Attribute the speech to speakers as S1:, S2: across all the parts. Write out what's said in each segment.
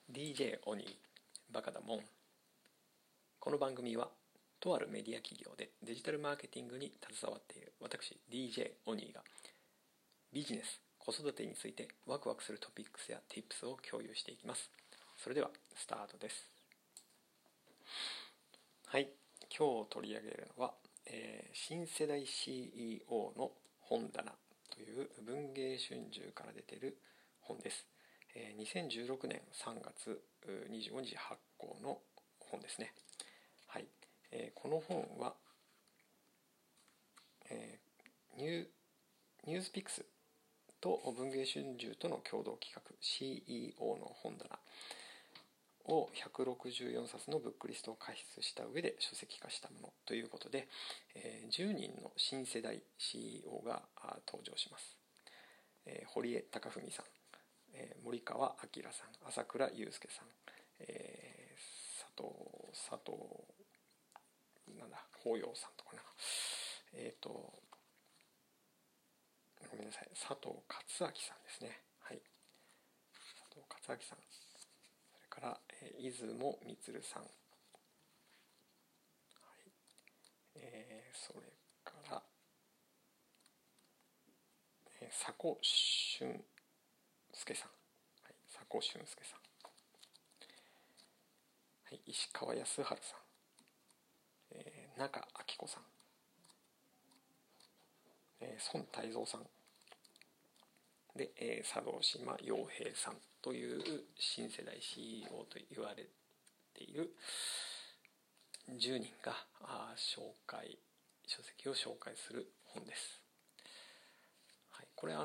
S1: DJ オニーバカだもん。この番組はとあるメディア企業でデジタルマーケティングに携わっている私 DJ オニーがビジネス、子育てについてワクワクするトピックスや Tips を共有していきます。それではスタートです。はい、今日取り上げるのは、新世代 CEO の本棚という文藝春秋から出ている本です。2016年3月25日発行の本ですね。はい、この本は、ニュースピックスと文藝春秋との共同企画 CEO の本棚を164冊のブックリストを開設した上で書籍化したものということで、10人の新世代 CEO が登場します。堀江貴文さん、森川明さん、朝倉祐介さん、佐藤法陽さんとかな、ごめんなさい、佐藤勝明さんですね。はい、佐藤勝明さん、それから、出雲充さん、はい、それから佐古俊介さん、はい、佐古俊介さん、はい、石川康晴さん、中明子さん、孫泰造さんで、佐渡島洋平さんという新世代 CEO と言われている10人が書籍を紹介する本です。はい、これ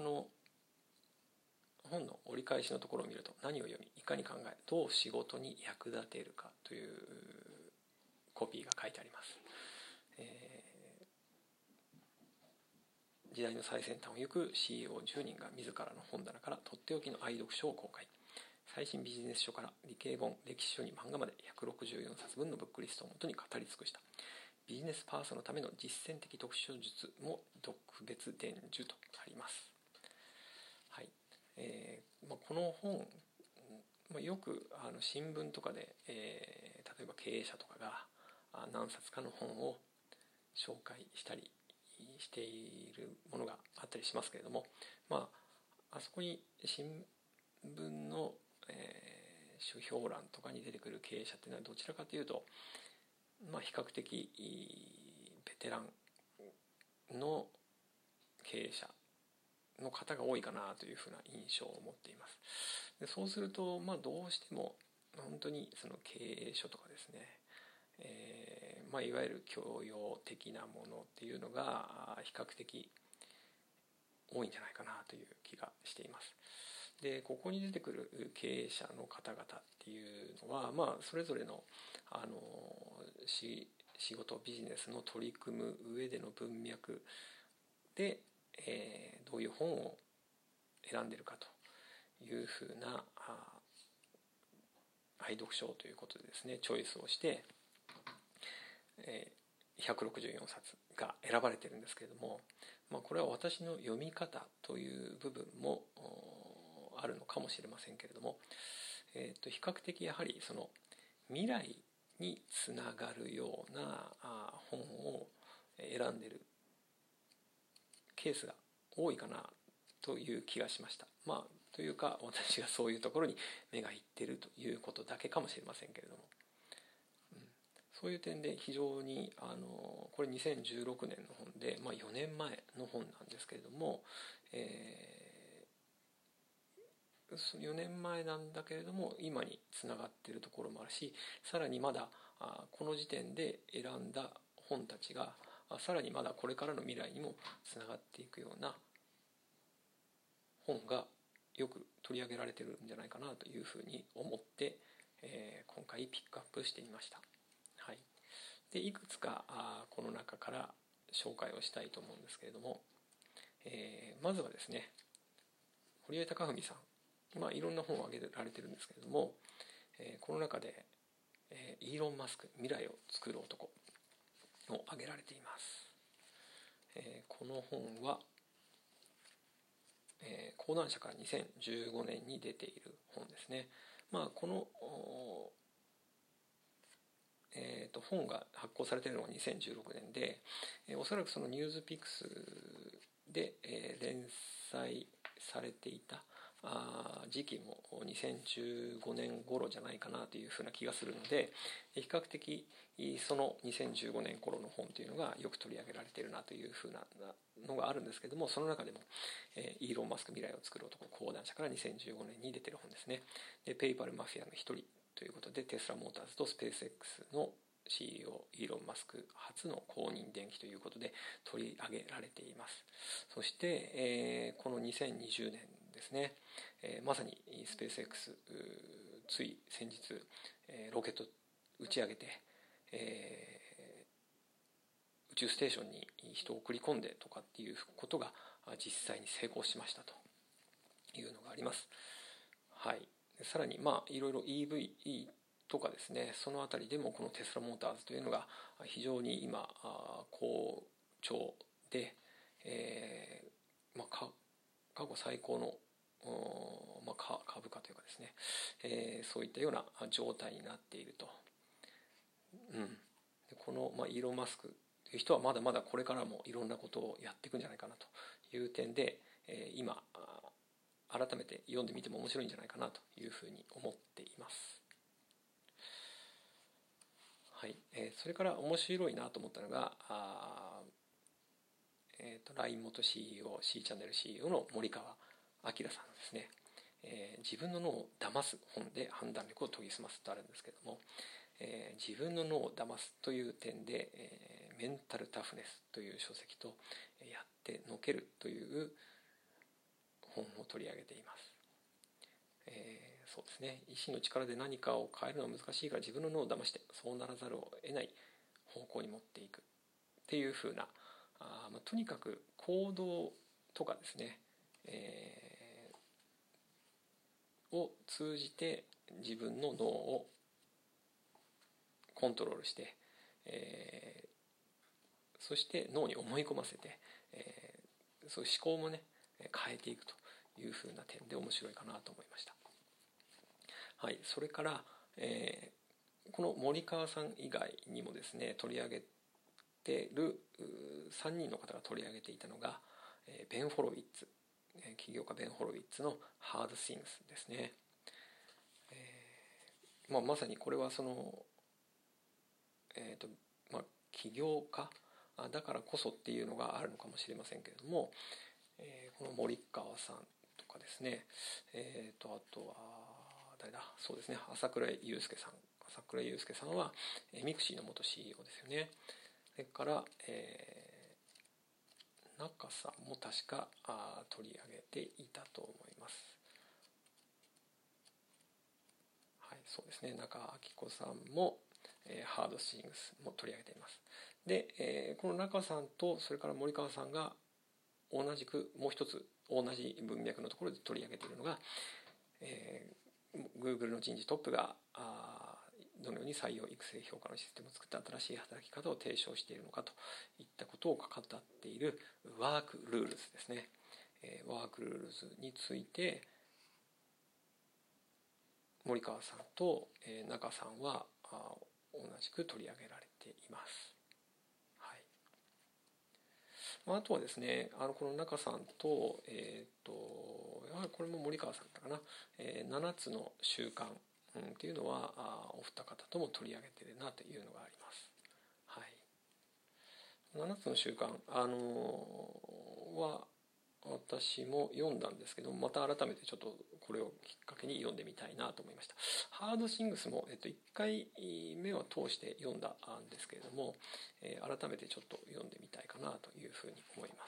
S1: 本の折り返しのところを見ると、何を読み、いかに考え、どう仕事に役立てるかというコピーが書いてあります。時代の最先端を行く CEO10 人が自らの本棚からとっておきの愛読書を公開。最新ビジネス書から理系本、歴史書に漫画まで164冊分のブックリストをもとに語り尽くしたビジネスパーソンのための実践的読書術も特別伝授とあります。はい、この本、よく新聞とかで、例えば経営者とかが何冊かの本を紹介したりしているものがあったりしますけれども、あそこに新聞の、書評欄とかに出てくる経営者っていうのはどちらかというと、比較的ベテランの経営者の方が多いかなというふうな印象を持っています。でそうすると、どうしても本当にその経営書とかですね、いわゆる教養的なものっていうのが比較的多いんじゃないかなという気がしています。でここに出てくる経営者の方々っていうのは、それぞれの、仕事ビジネスの取り組む上での文脈で、どういう本を選んでいるかというふうな愛読書ということでですね、チョイスをして164冊が選ばれているんですけれども、これは私の読み方という部分もあるのかもしれませんけれども、比較的やはりその未来につながるような本を選んでいるケースが多いかなという気がしました。というか私がそういうところに目がいっているということだけかもしれませんけれども、そういう点で非常にこれ2016年の本で、4年前の本なんですけれども、4年前なんだけれども今につながっているところもあるし、さらにまだこの時点で選んだ本たちがさらにまだこれからの未来にもつながっていくような本がよく取り上げられているんじゃないかなというふうに思って、今回ピックアップしてみました。はい、でいくつかこの中から紹介をしたいと思うんですけれども、まずはですね、堀江貴文さん、いろんな本を挙げられているんですけれども、この中で、イーロン・マスク、未来を作る男を挙げられています。この本は、講談社から2015年に出ている本ですね。 この本が発行されているのが2016年で、おそらくそのニュースピックスで、連載されていた時期も2015年頃じゃないかなというふうな気がするので、比較的その2015年頃の本というのがよく取り上げられているなというふうなのがあるんですけれども、その中でもイーロン・マスク未来を作る男講談社から2015年に出ている本ですね。で、ペイパルマフィアの一人ということで、テスラモーターズとスペース X の CEO イーロン・マスク初の公認電気ということで取り上げられています。そして、この2020年ですね、まさにスペース X つい先日、ロケット打ち上げて、宇宙ステーションに人を送り込んでとかっていうことが実際に成功しましたというのがあります。はい、さらにいろいろ EV とかですね、そのあたりでもこのテスラモーターズというのが非常に今好調で、過去最高の株価というかですね、そういったような状態になっていると。でこの、イーロン・マスクという人はまだまだこれからもいろんなことをやっていくんじゃないかなという点で、今改めて読んでみても面白いんじゃないかなというふうに思っています。はい、それから面白いなと思ったのがLINE 元 CEO、C チャンネル CEO の森川明さんですね。自分の脳を騙す本で判断力を研ぎ澄ますとあるんですけれども、自分の脳を騙すという点で、メンタルタフネスという書籍と、やってのけるという本を取り上げています。そうですね、意志の力で何かを変えるのは難しいから自分の脳を騙してそうならざるを得ない方向に持っていくっていうふうなとにかく行動とかですね、を通じて自分の脳をコントロールして、そして脳に思い込ませて、そういう思考もね変えていくというふうな点で面白いかなと思いました。はい、それから、この森川さん以外にもですね取り上げている3人の方が取り上げていたのがベン・フォロウィッツ、起業家ベン・フォロウィッツのハード・シングスですね。まさにこれはその、起業家だからこそっていうのがあるのかもしれませんけれども、この森川さんとかですね、あとは誰だ、そうですね、朝倉祐介さんはミクシーの元 CEO ですよね。それから、中さんも確か取り上げていたと思います。はい、そうですね、中明子さんも、ハードスイングスも取り上げています。で、この中さんとそれから森川さんが同じくもう一つ同じ文脈のところで取り上げているのが、Google の人事トップがどのように採用育成評価のシステムを作って新しい働き方を提唱しているのかといったことを語っているワークルールズですね。ワークルールズについて森川さんと中さんは同じく取り上げられています。はい、あとはですね、この中さんとやはりこれも森川さんだかな、7つの習慣っていうのはお二方とも取り上げてるなというのがあります。はい、7つの習慣は私も読んだんですけど、また改めてちょっとこれをきっかけに読んでみたいなと思いました。ハードシングスも、1回目は通して読んだんですけれども、改めてちょっと読んでみたいかなというふうに思います。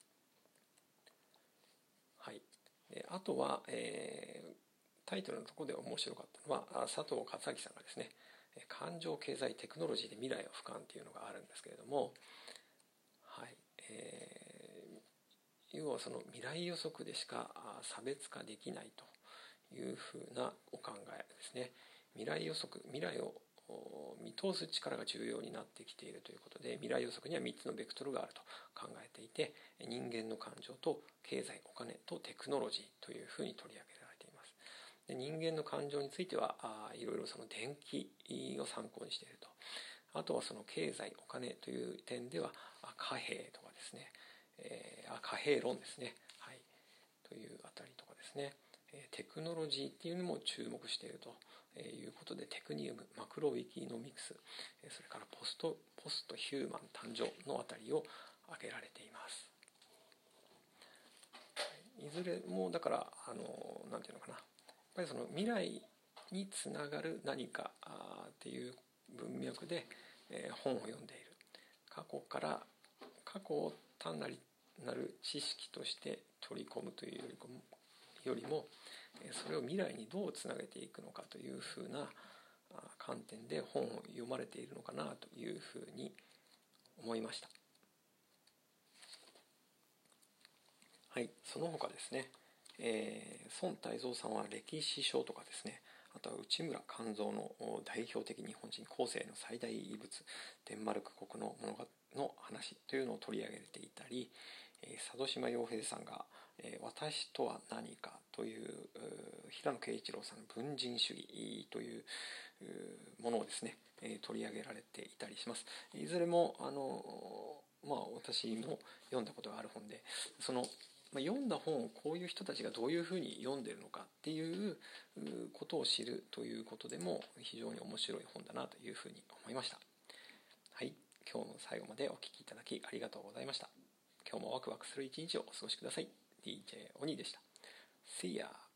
S1: はい、あとは、タイトルのところで面白かったのは佐藤勝明さんがですね、感情経済テクノロジーで未来を俯瞰っていうのがあるんですけれども、はい、要はその未来予測でしか差別化できないというふうなお考えですね。未来予測、未来を見通す力が重要になってきているということで、未来予測には3つのベクトルがあると考えていて、人間の感情と経済、お金とテクノロジーというふうに取り上げられています。 で、人間の感情についてはいろいろその伝記を参考にしていると。あとはその経済お金という点では貨幣とかですね、貨幣論ですね、はい、というあたりとかですね、テクノロジーっていうのも注目しているということで、テクニウム、マクロウィキノミクス、それからポストヒューマン誕生のあたりを挙げられています。いずれもだからなんていうのかな、やっぱりその未来につながる何かっていう文脈で本を読んでいる。過去を単なる知識として取り込むというよりも、それを未来にどうつなげていくのかというふうな観点で本を読まれているのかなというふうに思いました。はい、その他ですね、孫泰造さんは歴史書とかですね、あとは内村勘三の代表的日本人後世の最大遺物デンマルク国の物語の話というのを取り上げていたり、佐渡島洋平さんが私とは何かという平野啓一郎さんの文人主義というものをですね取り上げられていたりします。いずれも私も読んだことがある本で、その読んだ本をこういう人たちがどういうふうに読んでるのかっていうことを知るということでも非常に面白い本だなというふうに思いました。はい、今日も最後までお聞きいただきありがとうございました。今日もワクワクする一日をお過ごしください。DJ オニーでした。See ya!